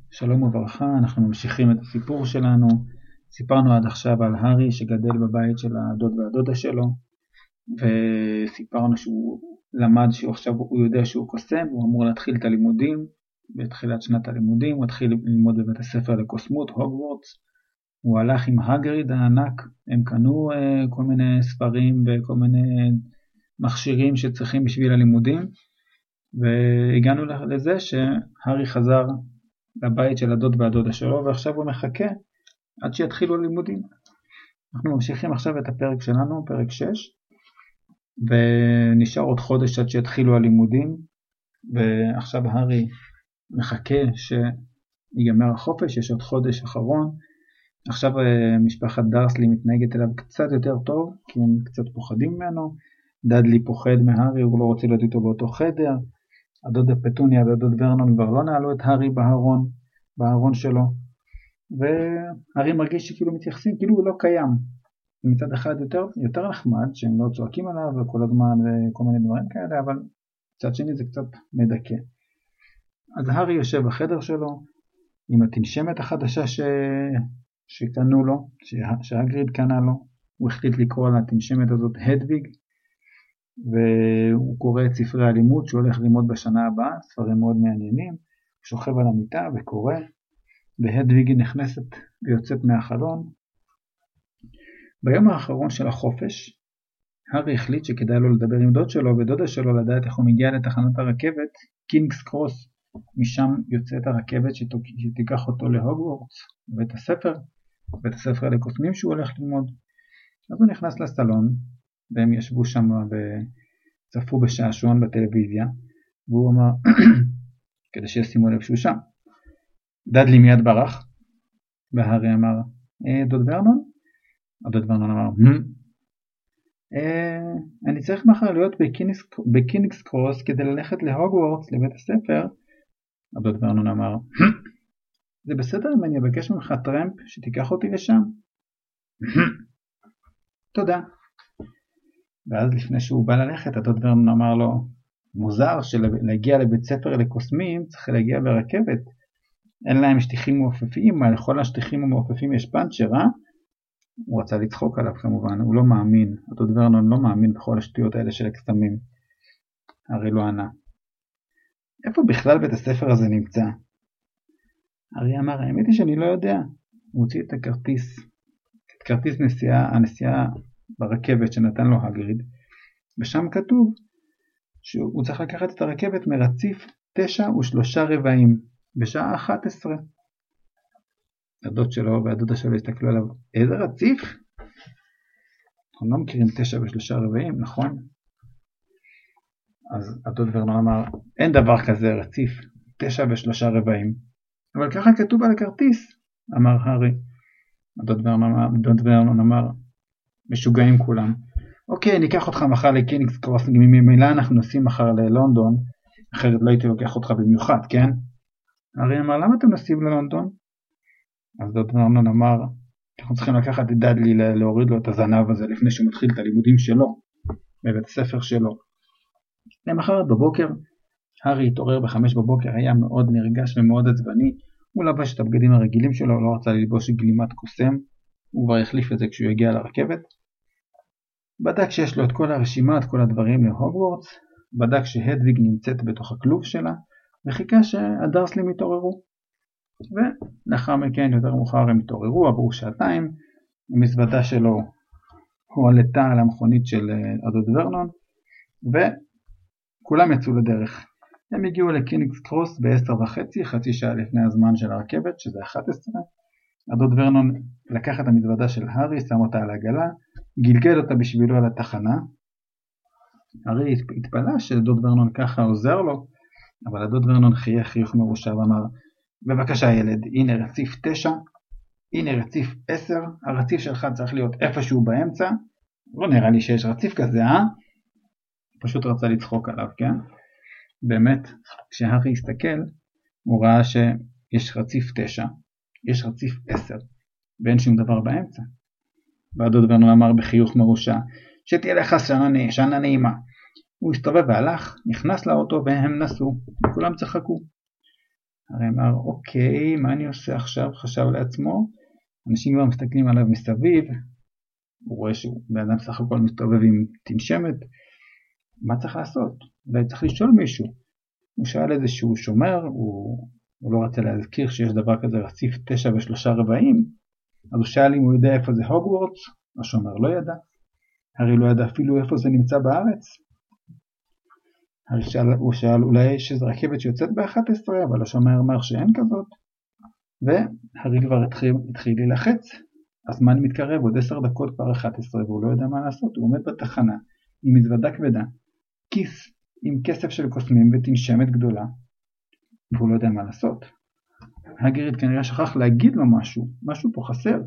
שלום וברכה, אנחנו ממשיכים את הסיפור שלנו. סיפרנו עד עכשיו על הארי שגדל בבית של הדוד והדודה שלו, וסיפרנו שהוא למד שעכשיו הוא יודע שהוא קוסם, הוא אמור להתחיל את הלימודים. בתחילת שנת הלימודים הוא התחיל ללמוד בבית הספר לקוסמות, הוגוורטס. הוא הלך עם הגריד הענק, הם קנו כל מיני ספרים וכל מיני מכשירים שצריכים בשביל הלימודים, והגענו לזה שהארי חזר לבית של הדוד והדודה שלו, ועכשיו הוא מחכה עד שיתחילו הלימודים. אנחנו ממשיכים עכשיו את הפרק שלנו, פרק 6, ונשאר עוד חודש עד שיתחילו הלימודים, ועכשיו הארי מחכה שיגמר החופש, יש עוד חודש אחרון. עכשיו משפחת דרסלי מתנהגת אליו קצת יותר טוב, כי הם קצת פוחדים ממנו. דאדלי פוחד מהארי, הוא לא רוצה להיות איתו באותו חדר. הדודה פטוניה והדוד ורנון כבר לא נעלו את הארי בארון שלו, והארי מרגיש שכאילו מתייחסים, כאילו הוא לא קיים. מצד אחד יותר נחמד, שהם לא צועקים עליו וכל הזמן וכל מיני דברים כאלה, אבל מצד שני זה קצת מדכא. אז הארי יושב בחדר שלו עם התנשמת החדשה שקנו לו, שהגריד קנה לו. הוא החליט לקרוא לתנשמת הזאת הדוויג, והוא קורא את ספרי הלימוד שהוא הולך ללמוד בשנה הבאה, ספרים מאוד מעניינים. הוא שוכב על המיטה וקורא, והדוויג נכנסת ויוצאת מהחלון. ביום האחרון של החופש, הארי החליט שכדאי לו לדבר עם דוד שלו ודודה שלו, לדעת איך הוא מגיע לתחנת הרכבת, קינגס קרוס. משם יוצאת הרכבת שתיקח אותו להוגוורטס, בית הספר לקוסמים שהוא הולך ללמוד. אז הוא נכנס לסלון, והם ישבו שם וצפו בשעשועון בטלוויזיה, והוא אמר, כדי שישימו לב שהוא שם. דאדלי מיד ברח, והארי אמר, דוד ורנון? הדוד ורנון אמר, אני צריך מחר להיות בקינגס קרוס כדי ללכת להוגוורטס, לבית הספר. הדוד ורנון אמר, זה בסדר אם אני אבקש ממך טרמפ שתיקח אותי לשם? תודה. ואז לפני שהוא בא ללכת, הדוד ורנון אמר לו, מוזר שלהגיע לבית ספר לקוסמים צריך להגיע ברכבת. אין להם שטיחים מעופפים, לכל השטיחים המעופפים יש פאנצ'ר, הוא רצה לצחוק עליו כמובן, הוא לא מאמין, הדוד ורנון לא מאמין בכל השטויות האלה של הקסמים. הארי לא ענה. איפה בכלל בית הספר הזה נמצא? הארי אמר, האמת היא שאני לא יודע. הוא הוציא את כרטיס הנסיעה ברכבת שנתן לו הגריד, ושם כתוב שהוא צריך לקחת את הרכבת מרציף 9:03 בשעה 11. הדוד שלו והדודה שלו הסתכלו עליו, איזה רציף? אנחנו לא מכירים 9:03, נכון? אז הדוד ורנון אמר, אין דבר כזה רציף 9:03, אבל ככה כתוב על הכרטיס, אמר הארי. הדוד ורנון אמר, משוגעים כולם. אוקיי, ניקח אותך מחר לקינגס קרוס, ממילא אנחנו נוסעים מחר ללונדון, אחרת לא הייתי לוקח אותך במיוחד, כן? הארי אמר, למה אתם נוסעים ללונדון? אז דוד ורנון אמר, אנחנו צריכים לקחת את דאדלי להוריד לו את הזנב הזה לפני שהוא מתחיל את הלימודים שלו, בבית הספר שלו. למחרת בבוקר, הארי התעורר ב5 בבוקר, היה מאוד נרגש ומאוד עצבני. הוא לבש את הבגדים הרגילים שלו, לא רצה ללבוש גלימת קוסם, הוא כבר החליף את זה כשהוא הגיע לרכבת. בדק שיש לו את כל הרשימה, את כל הדברים להוגוורטס, בדק שהדוויג נמצאת בתוך הכלוב שלה, וחיכה שהדרסלים יתעוררו. ולאחר מכן יותר מאוחר הם התעוררו, עברו שעתיים, המזוודה שלו הועלתה על המכונית של הדוד ורנון, וכולם יצאו לדרך. הם הגיעו לקינגס קרוס ב10:30, חצי שעה לפני הזמן של הרכבת, שזה 11. הדוד ורנון לקח את המזוודה של הארי, שם אותה על העגלה, גלגל אותה בשבילו על התחנה. הארי התפלא שדוד ורנון ככה עוזר לו, אבל הדוד ורנון חייך חיוך מרושע ואמר, בבקשה ילד, הנה רציף 9, הנה רציף 10, הרציף שלך צריך להיות איפשהו באמצע. לא נראה לי שיש רציף כזה, פשוט רצה לצחוק עליו, כן? באמת, כשהארי הסתכל, הוא ראה שיש רציף 9, יש רציף 10, ואין שום דבר באמצע. והדוד ורנון אמר בחיוך מרושע, שתהיה לך שנה נעימה. הוא הסתובב והלך, נכנס לאוטו והם נסעו, כולם צחקו. הארי אמר, אוקיי, מה אני עושה עכשיו? חשב לעצמו, אנשים כבר מסתכלים עליו מסביב, הוא רואה שהוא בן אדם סך הכל מסתובב עם תנשמת, מה צריך לעשות? אולי צריך לשאול מישהו. הוא שאל איזשהו שומר, הוא לא רצה להזכיר שיש דבר כזה רציף 9 ו3/4, אז הוא שאל אם הוא יודע איפה זה הוגוורטס, השומר לא ידע, הארי לא ידע אפילו איפה זה נמצא בארץ. הוא שאל אולי יש איזו רכבת שיוצאת ב-11, אבל השומר אמר שאין כזאת, והארי כבר התחיל להילחץ, הזמן מתקרב, עוד 10 דקות כבר 11, והוא לא יודע מה לעשות, הוא עומד בתחנה עם מזוודה כבדה, כיס עם כסף של קוסמים ותנשמת גדולה, והוא לא יודע מה לעשות. הגריד כנראה שכח להגיד לו משהו פה חסר.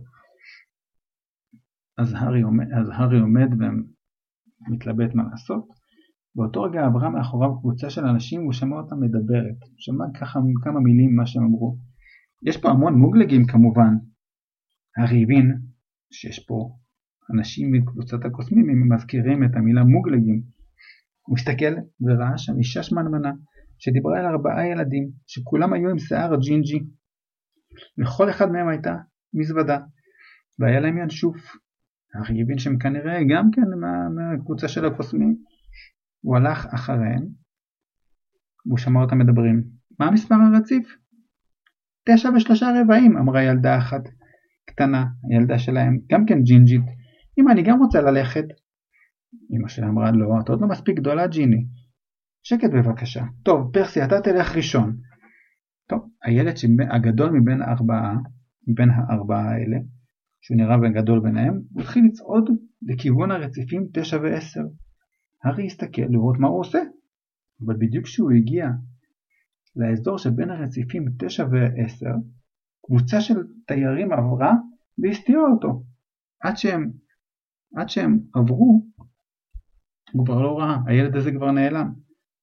אז הארי עומד ומתלבט מה לעשות. באותו רגע עברה מאחוריו קבוצה של אנשים והוא שמע אותם מדברת. שמע כמה מילים מה שהם אמרו. יש פה המון מוגלגים כמובן. הארי הבין שיש פה אנשים מקבוצת הקוסמים, הם מזכירים את המילה מוגלגים. הוא הסתכל וראה שם אישה שמנמנה שדיברה על 4 ילדים שכולם היו עם שיער ג'ינג'י. לכל אחד מהם הייתה מזוודה והיה להם ינשוף. הארי הבין שהם כנראה גם כן מהקבוצה של הקוסמים. הוא הלך אחריהם והוא שמע אותם מדברים. מה המספר הרציף? 9 ו3/4, אמרה ילדה אחת קטנה, הילדה שלהם גם כן ג'ינג'ית. אמא, אני גם רוצה ללכת. אמא שלה אמרה, לא, אתה עוד לא מספיק גדולה ג'יני. שקט בבקשה. טוב, פרסי, אתה תלך ראשון. טוב, הילד הגדול מבין הארבעה האלה, שהוא נראה גדול ביניהם, הוא התחיל לצעוד לכיוון הרציפים 9 ו10. הארי הסתכל לראות מה הוא עושה, אבל בדיוק כשהוא הגיע לאזור שבין הרציפים 9 ו10, קבוצה של תיירים עברה והסתירה אותו. עד שהם עברו, הוא כבר לא ראה, הילד הזה כבר נעלם.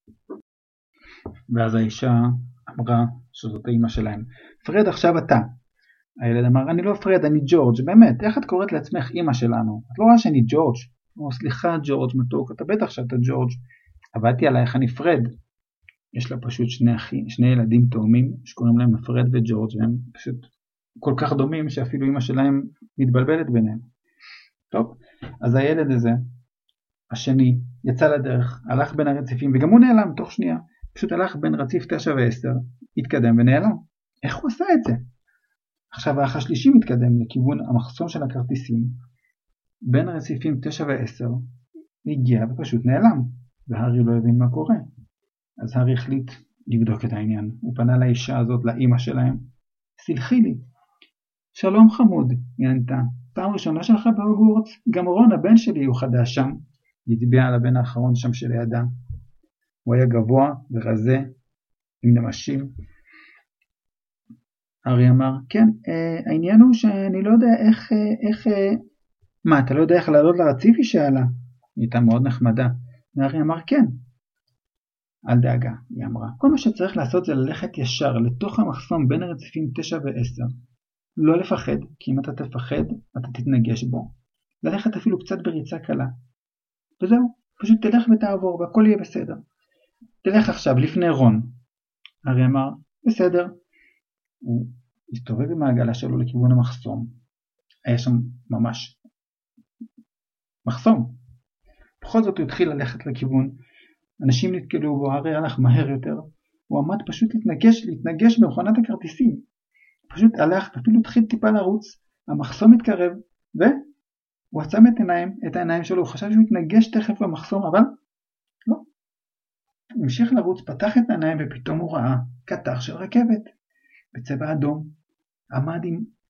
ואז האישה אמרה שזאת האמא שלהם. פרד, עכשיו אתה. הילד אמר, אני לא פרד, אני ג'ורג'. באמת, איך את קוראת לעצמך אמא שלנו? את לא רואה שאני ג'ורג'? סליחה ג'ורג' מתוק, אתה בטח שאתה ג'ורג'. עבדתי עלייך, אני פרד. יש לה פשוט שני ילדים תאומים שקוראים להם פרד וג'ורג', והם פשוט כל כך דומים שאפילו אמא שלהם מתבלבלת ביניהם. טוב, אז הילד הזה, השני, יצא לדרך, הלך בין הרציפים וגם הוא נעלם תוך שנייה. פשוט הלך בין רציף 9 ו10, התקדם ונעלם. איך הוא עשה את זה? עכשיו האח השלישי מתקדם לכיוון המחסום של הכרטיסים. בין הרציפים 9 ו10, הגיע ופשוט נעלם, והארי לא הבין מה קורה. אז הארי החליט לבדוק את העניין. הוא פנה לאישה הזאת, לאמא שלהם. סלחי לי. שלום חמוד, היא ענתה. פעם ראשונה שלך בהוגוורטס? גם רון הבן שלי הוא חדש שם. היא הצביעה על הבן האחרון שם שלידה. הוא היה גבוה ורזה, עם נמשים. הארי אמר, כן, העניין הוא שאני לא יודע איך מה, אתה לא יודע איך לעלות לרציף? היא שאלה. היא הייתה מאוד נחמדה. והארי אמר, כן. אל דאגה, היא אמרה. כל מה שצריך לעשות זה ללכת ישר לתוך המחסום בין הרציפים 9 ו10. לא לפחד, כי אם אתה תפחד, אתה תתנגש בו. ללכת אפילו קצת בריצה קלה. וזהו, פשוט תלך ותעבור והכל יהיה בסדר. תלך עכשיו לפני רון. הארי אמר, בסדר. הוא הסתובב במעגלה שלו לכיוון המחסום. היה שם ממש מחסום. בכל זאת הוא התחיל ללכת לכיוון. אנשים נתקלו בו, הארי הלך מהר יותר. הוא עמד פשוט להתנגש במכונת הכרטיסים. פשוט הלך ואפילו התחיל טיפה לרוץ. המחסום התקרב והוא עצם את העיניים שלו. הוא חשב שהוא יתנגש תכף במחסום, אבל לא. הוא המשיך לרוץ, פתח את העיניים ופתאום הוא ראה קטר של רכבת בצבע אדום. עמד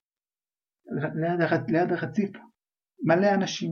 ליד הרציף מלא אנשים.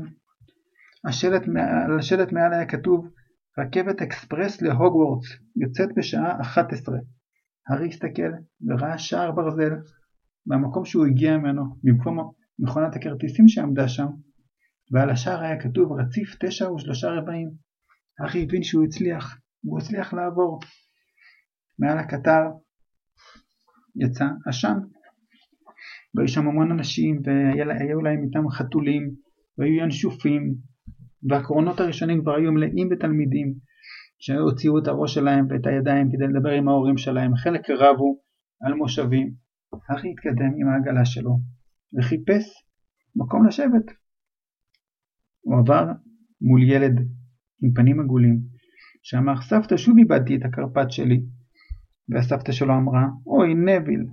השלט מעל היה כתוב רכבת אקספרס להוגוורטס, יוצאת בשעה 11. הארי הסתכל וראה שער ברזל מהמקום שהוא הגיע ממנו, במקום מכונת הכרטיסים שעמדה שם, ועל השער היה כתוב רציף 9 ו3/4. הארי הבין שהוא הצליח לעבור. מעל הקטר יצא עשן, והיו שם המון אנשים, והיו להם איתם חתולים, והיו ינשופים, והקרונות הראשונים כבר היו מלאים בתלמידים, שהוציאו את הראש שלהם ואת הידיים כדי לדבר עם ההורים שלהם. חלק רבו, על מושבים. הארי התקדם עם העגלה שלו וחיפש מקום לשבת. הוא עבר מול ילד עם פנים עגולים שאמר, סבתא, שוב איבדתי את הקרפט שלי. והסבתא שלו אמרה, אוי נביל.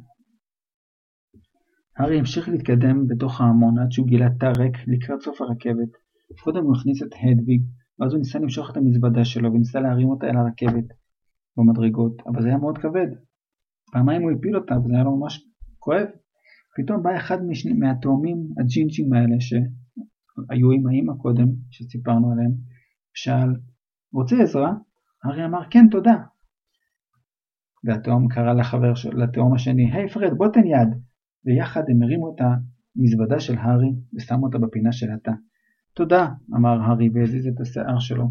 הארי המשיך להתקדם בתוך ההמון עד שהוא גילה תא ריק לקראת סוף הרכבת. קודם הוא הכניס את הדוויג, ואז הוא ניסה למשוך את המזוודה שלו וניסה להרים אותה אל הרכבת במדרגות, אבל זה היה מאוד כבד. פעמיים הוא הפיל אותה וזה היה לו ממש כואב. פתאום בא אחד מהתאומים הג'ינג'ים האלה שהיו עם האמא קודם שסיפרנו עליהם, שאל, רוצה עזרה? הארי אמר, כן, תודה. והתאום קרא לתאום השני, היי פרד, בוא תן יד. ויחד הם הרימו את המזוודה של הארי ושמו אותה בפינה של התא. תודה, אמר הארי והזיז את השיער שלו.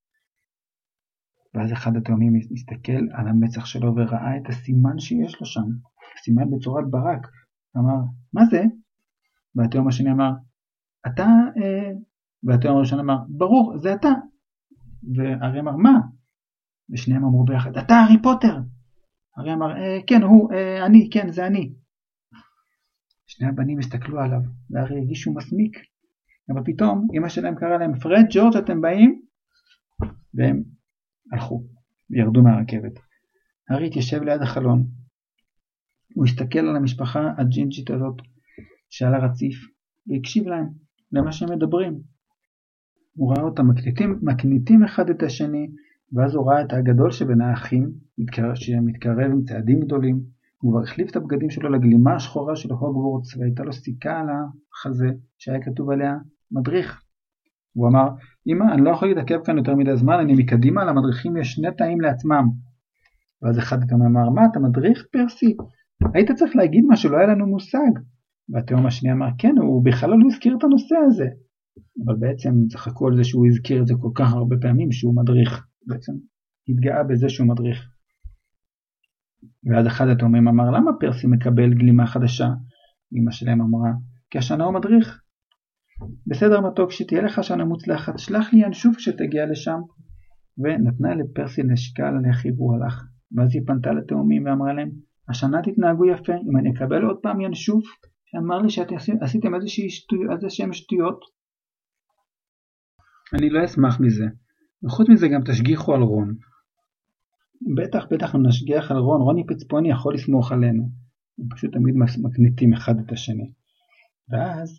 ואז אחד התאומים הסתכל על המצח שלו וראה את הסימן שיש לו שם, סימן בצורת ברק. אמר, מה זה? והתאום השני אמר, אתה, והתאום הראשון אמר, ברור, זה אתה. והארי אמר, מה? ושניהם אמרו ביחד, אתה הארי פוטר. הארי אמר, כן, הוא, אני, כן, זה אני. שני הבנים הסתכלו עליו, והארי הרגיש שהוא מסמיק. אבל פתאום אמא שלהם קראה להם, פרד, ג'ורג', אתם באים? והם הלכו וירדו מהרכבת. הארי התיישב ליד החלון. הוא הסתכל על המשפחה הג'ינג'ית הזאת שעל הרציף, והקשיב להם למה שהם מדברים. הוא ראה אותם מקניטים אחד את השני, ואז הוא ראה את הגדול שבין האחים שמתקרב עם צעדים גדולים. הוא כבר החליף את הבגדים שלו לגלימה השחורה של הוגוורטס, והייתה לו סיכה על החזה שהיה כתוב עליה מדריך. הוא אמר, אמא, אני לא יכול להתעכב כאן יותר מדי זמן, אני מקדימה, למדריכים יש שני תאים לעצמם. ואז אחד גם אמר, מה, אתה מדריך, פרסי? היית צריך להגיד מה שלא היה לנו מושג. והתאום השני אמר, כן, הוא בכלל לא הזכיר את הנושא הזה. אבל בעצם צחקו על זה שהוא הזכיר את זה כל כך הרבה פעמים שהוא מדריך. בעצם התגאה בזה שהוא מדריך. ואז אחד התאומים אמר, למה פרסי מקבל גלימה חדשה? אמא שלהם אמרה, כי השנה הוא מדריך. בסדר מתוק, שתהיה לך שנה מוצלחת, שלח לי ינשוף כשתגיע לשם. ונתנה לפרסי נשיקה על הלחי והוא הלך. ואז היא פנתה לתאומים ואמרה להם, השנה תתנהגו יפה, אם אני אקבל עוד פעם ינשוף, שאמר לי שאתם עשיתם איזשהם שטויות, אני לא אשמח מזה. וחוץ מזה גם תשגיחו על רון. בטח נשגיח על רון, רוני פצפוני יכול לסמוך עלינו. הם פשוט תמיד מקניטים אחד את השני. ואז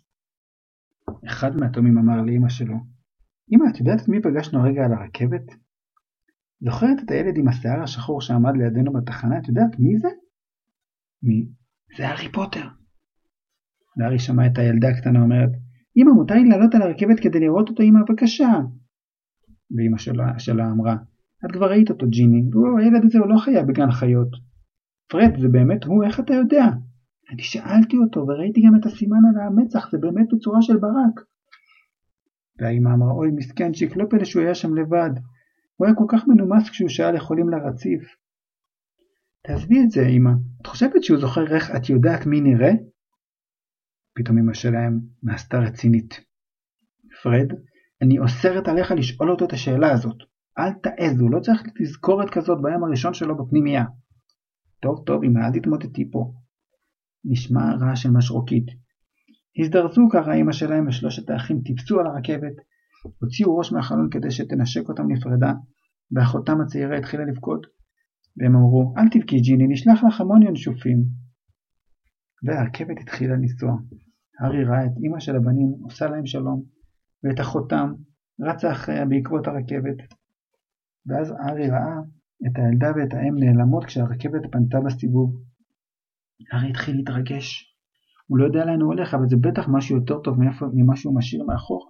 אחד מהתאומים אמר לאמא שלו, אמא, את יודעת את מי פגשנו רגע על הרכבת? זוכרת את הילד עם השיער השחור שעמד לידינו בתחנה? את יודעת מי זה? מי? זה הארי פוטר. והארי שמע את הילדה הקטנה אומרת, אמא, מותר לי לעלות על הרכבת כדי לראות אותו, אמא, בבקשה. ואמא שלה אמרה, את כבר ראית אותו, ג'יני, והילד הזה הוא לא חיה בגן חיות. פרד, זה באמת הוא, איך אתה יודע? אני שאלתי אותו וראיתי גם את הסימן על המצח, זה באמת בצורה של ברק. והאמא אמרה, אוי מסכנצ'יק, לא פלא שהוא היה שם לבד. הוא היה כל כך מנומס כשהוא שאל יכולים לרציף. תעזבי את זה, אמא. את חושבת שהוא זוכר איך את יודעת מי נראה? פתאום אמא שלהם נעשתה רצינית. פרד, אני אוסרת עליך לשאול אותו את השאלה הזאת. אל תעז, הוא לא צריך תזכורת כזאת ביום הראשון שלו בפנימייה. טוב, אמא, אל תתמוטטי פה. נשמע רעש של משרוקית. הזדרזו ככה אמא שלהם ושלושת האחים טיפסו על הרכבת, הוציאו ראש מהחלון כדי שתנשק אותם נפרדה, ואחותם הצעירה התחילה לבכות, והם אמרו, אל תבכי ג'יני, נשלח לך המון ינשופים. והרכבת התחילה לנסוע. הארי ראה את אמא של הבנים עושה להם שלום, ואת אחותם רצה אחריה בעקבות הרכבת. ואז הארי ראה את הילדה ואת האם נעלמות כשהרכבת פנתה בסיבוב. הארי התחיל להתרגש. הוא לא יודע לאן הוא הולך, אבל זה בטח משהו יותר טוב ממה שהוא משאיר מאחור.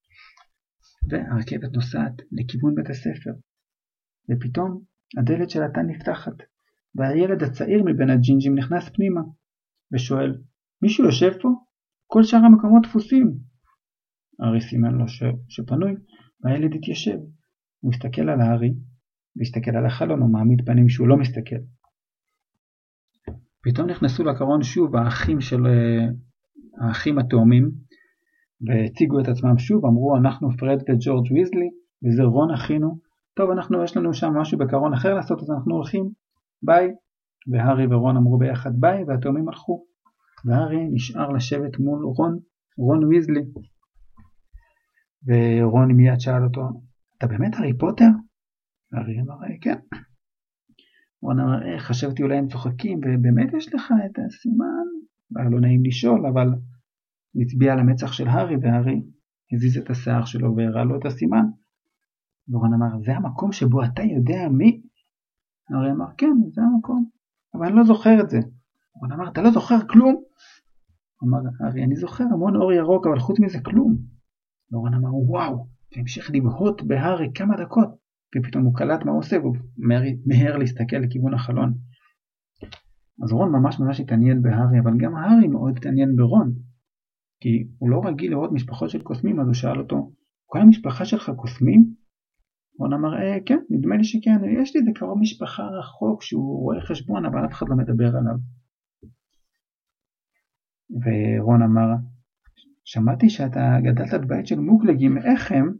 והרכבת נוסעת לכיוון בית הספר. ופתאום הדלת של התא נפתחת, והילד הצעיר מבין הג'ינג'ים נכנס פנימה, ושואל, מישהו יושב פה? כל שאר המקומות דפוסים. הארי סימן לו שפנוי, והילד התיישב. הוא הסתכל על הארי, והסתכל על החלון, הוא מעמיד פנים שהוא לא מסתכל. פתאום נכנסו לקרון שוב האחים התאומים, והציגו את עצמם שוב, אמרו, אנחנו פרד וג'ורג' ויזלי, וזה רון אחינו. טוב, יש לנו שם משהו בקרון אחר לעשות, אז אנחנו הולכים. ביי. והארי ורון אמרו ביחד ביי, והתאומים הלכו. והארי נשאר לשבת מול רון ויזלי. ורון מיד שאל אותו, אתה באמת הארי פוטר? והארי אמר, כן. רון אמר, חשבתי אולי הם צוחקים, ובאמת יש לך את הסימן? היה לא נעים לשאול, אבל נצביע על המצח של הארי, והארי הזיז את השיער שלו והראה לו את הסימן. ורון אמר, זה המקום שבו אתה יודע מי? הארי אמר, כן, זה המקום, אבל אני לא זוכר את זה. רון אמר, אתה לא זוכר כלום? אמר הארי, אני זוכר המון אור ירוק, אבל חוץ מזה כלום. ורון אמר, וואו, והמשיך לבהות בהארי כמה דקות, ופתאום הוא קלט מה הוא עושה, והוא מהר להסתכל לכיוון החלון. אז רון ממש התעניין בהארי, אבל גם הארי מאוד התעניין ברון, כי הוא לא רגיל לראות משפחות של קוסמים, אז הוא שאל אותו, כל המשפחה שלך קוסמים? רון אמר, כן, נדמה לי שכן, יש לי איזה קרוב משפחה רחוק שהוא רואה חשבון, אבל אף אחד לא מדבר עליו. ורון אמר, שמעתי שאתה גדלת בבית של מוגלגים, איך הם?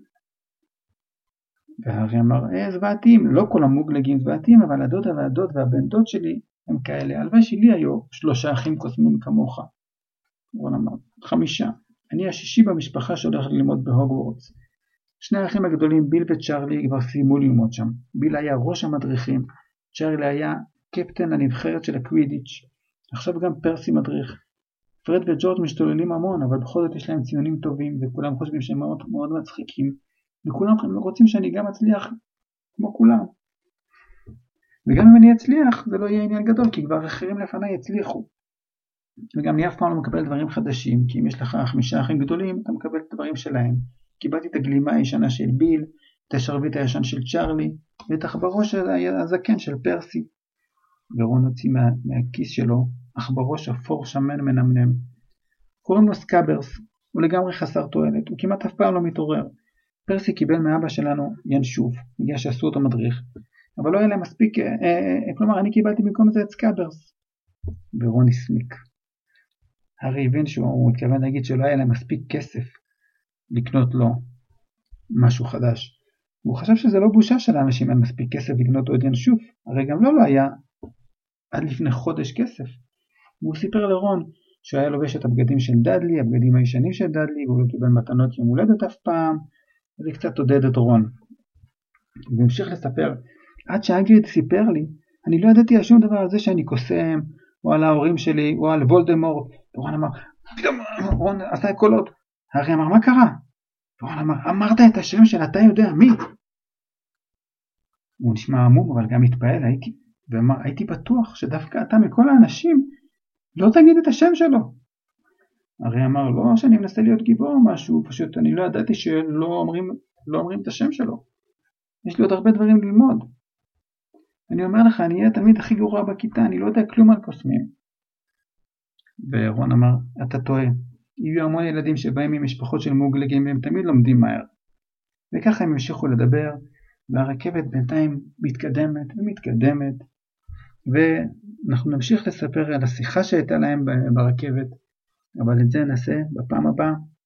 והארי אמר, זוועתיים, לא כל המוגלגים זוועתיים, אבל הדודה והדוד והבן דוד שלי הם כאלה, הלוואי שלי היו 3 אחים קוסמים כמוך. רון אמר, 5, אני השישי במשפחה שהולך ללמוד בהוגוורטס. 2 האחים הגדולים, ביל וצ'רלי, כבר סיימו ללמוד שם. ביל היה ראש המדריכים, צ'רלי היה קפטן הנבחרת של הקווידיץ'. עכשיו גם פרסי מדריך. פרד וג'ורג' משתוללים המון, אבל בכל זאת יש להם ציונים טובים, וכולם חושבים שהם מאוד מאוד מצחיקים, וכולם רוצים שאני גם אצליח כמו כולם. וגם אם אני אצליח, זה לא יהיה עניין גדול, כי כבר אחרים לפניי יצליחו. וגם אני אף פעם לא מקבל דברים חדשים, כי אם יש לך 5 אחים גדולים, אתה מקבל את הדברים שלהם. קיבלתי את הגלימה הישנה של ביל, את השרביט הישן של צ'רלי, ואת החברוש הזקן של פרסי. ורון הוציא מהכיס שלו עכברוש אפור שמן מנמנם. קוראים לו סקאברס, הוא לגמרי חסר תועלת, הוא כמעט אף פעם לא מתעורר. פרסי קיבל מאבא שלנו ינשוף, בגלל שעשו אותו מדריך, אבל לא היה להם מספיק, כלומר אני קיבלתי במקום זה את סקאברס. ורון הסמיק. הארי הבין שהוא מתכוון להגיד שלא היה להם מספיק כסף לקנות לו משהו חדש. הוא חשב שזה לא בושה של האנשים, אין מספיק כסף לקנות עוד ינשוף, הרי גם לא היה עד לפני חודש כסף. והוא סיפר לרון שהוא היה לובש את הבגדים של דאדלי, הבגדים הישנים של דאדלי, והוא לא קיבל מתנות יום הולדת אף פעם, וזה קצת עודד את רון. הוא המשיך לספר, עד שהגריד סיפר לי, אני לא ידעתי על שום דבר על זה שאני קוסם, או על ההורים שלי, או על וולדמורט. ורון אמר, פתאום רון עשה קולות. הארי אמר, מה קרה? ורון אמר, אמרת את השם של אתה יודע מי? הוא נשמע עמום, אבל גם התפעל, הייתי בטוח שדווקא אתה מכל האנשים לא תגיד את השם שלו. הארי אמר, לא שאני מנסה להיות גיבור או משהו, פשוט אני לא ידעתי שלא אומרים את השם שלו. יש לי עוד הרבה דברים ללמוד. אני אומר לך, אני אהיה התלמיד הכי גרוע בכיתה, אני לא יודע כלום על קוסמים. ורון אמר, אתה טועה. יהיו המון ילדים שבאים ממשפחות של מוגלגים והם תמיד לומדים מהר. וככה הם המשיכו לדבר, והרכבת בינתיים מתקדמת ומתקדמת, ואנחנו נמשיך לספר על השיחה שהייתה להם ברכבת, אבל את זה נעשה בפעם הבאה.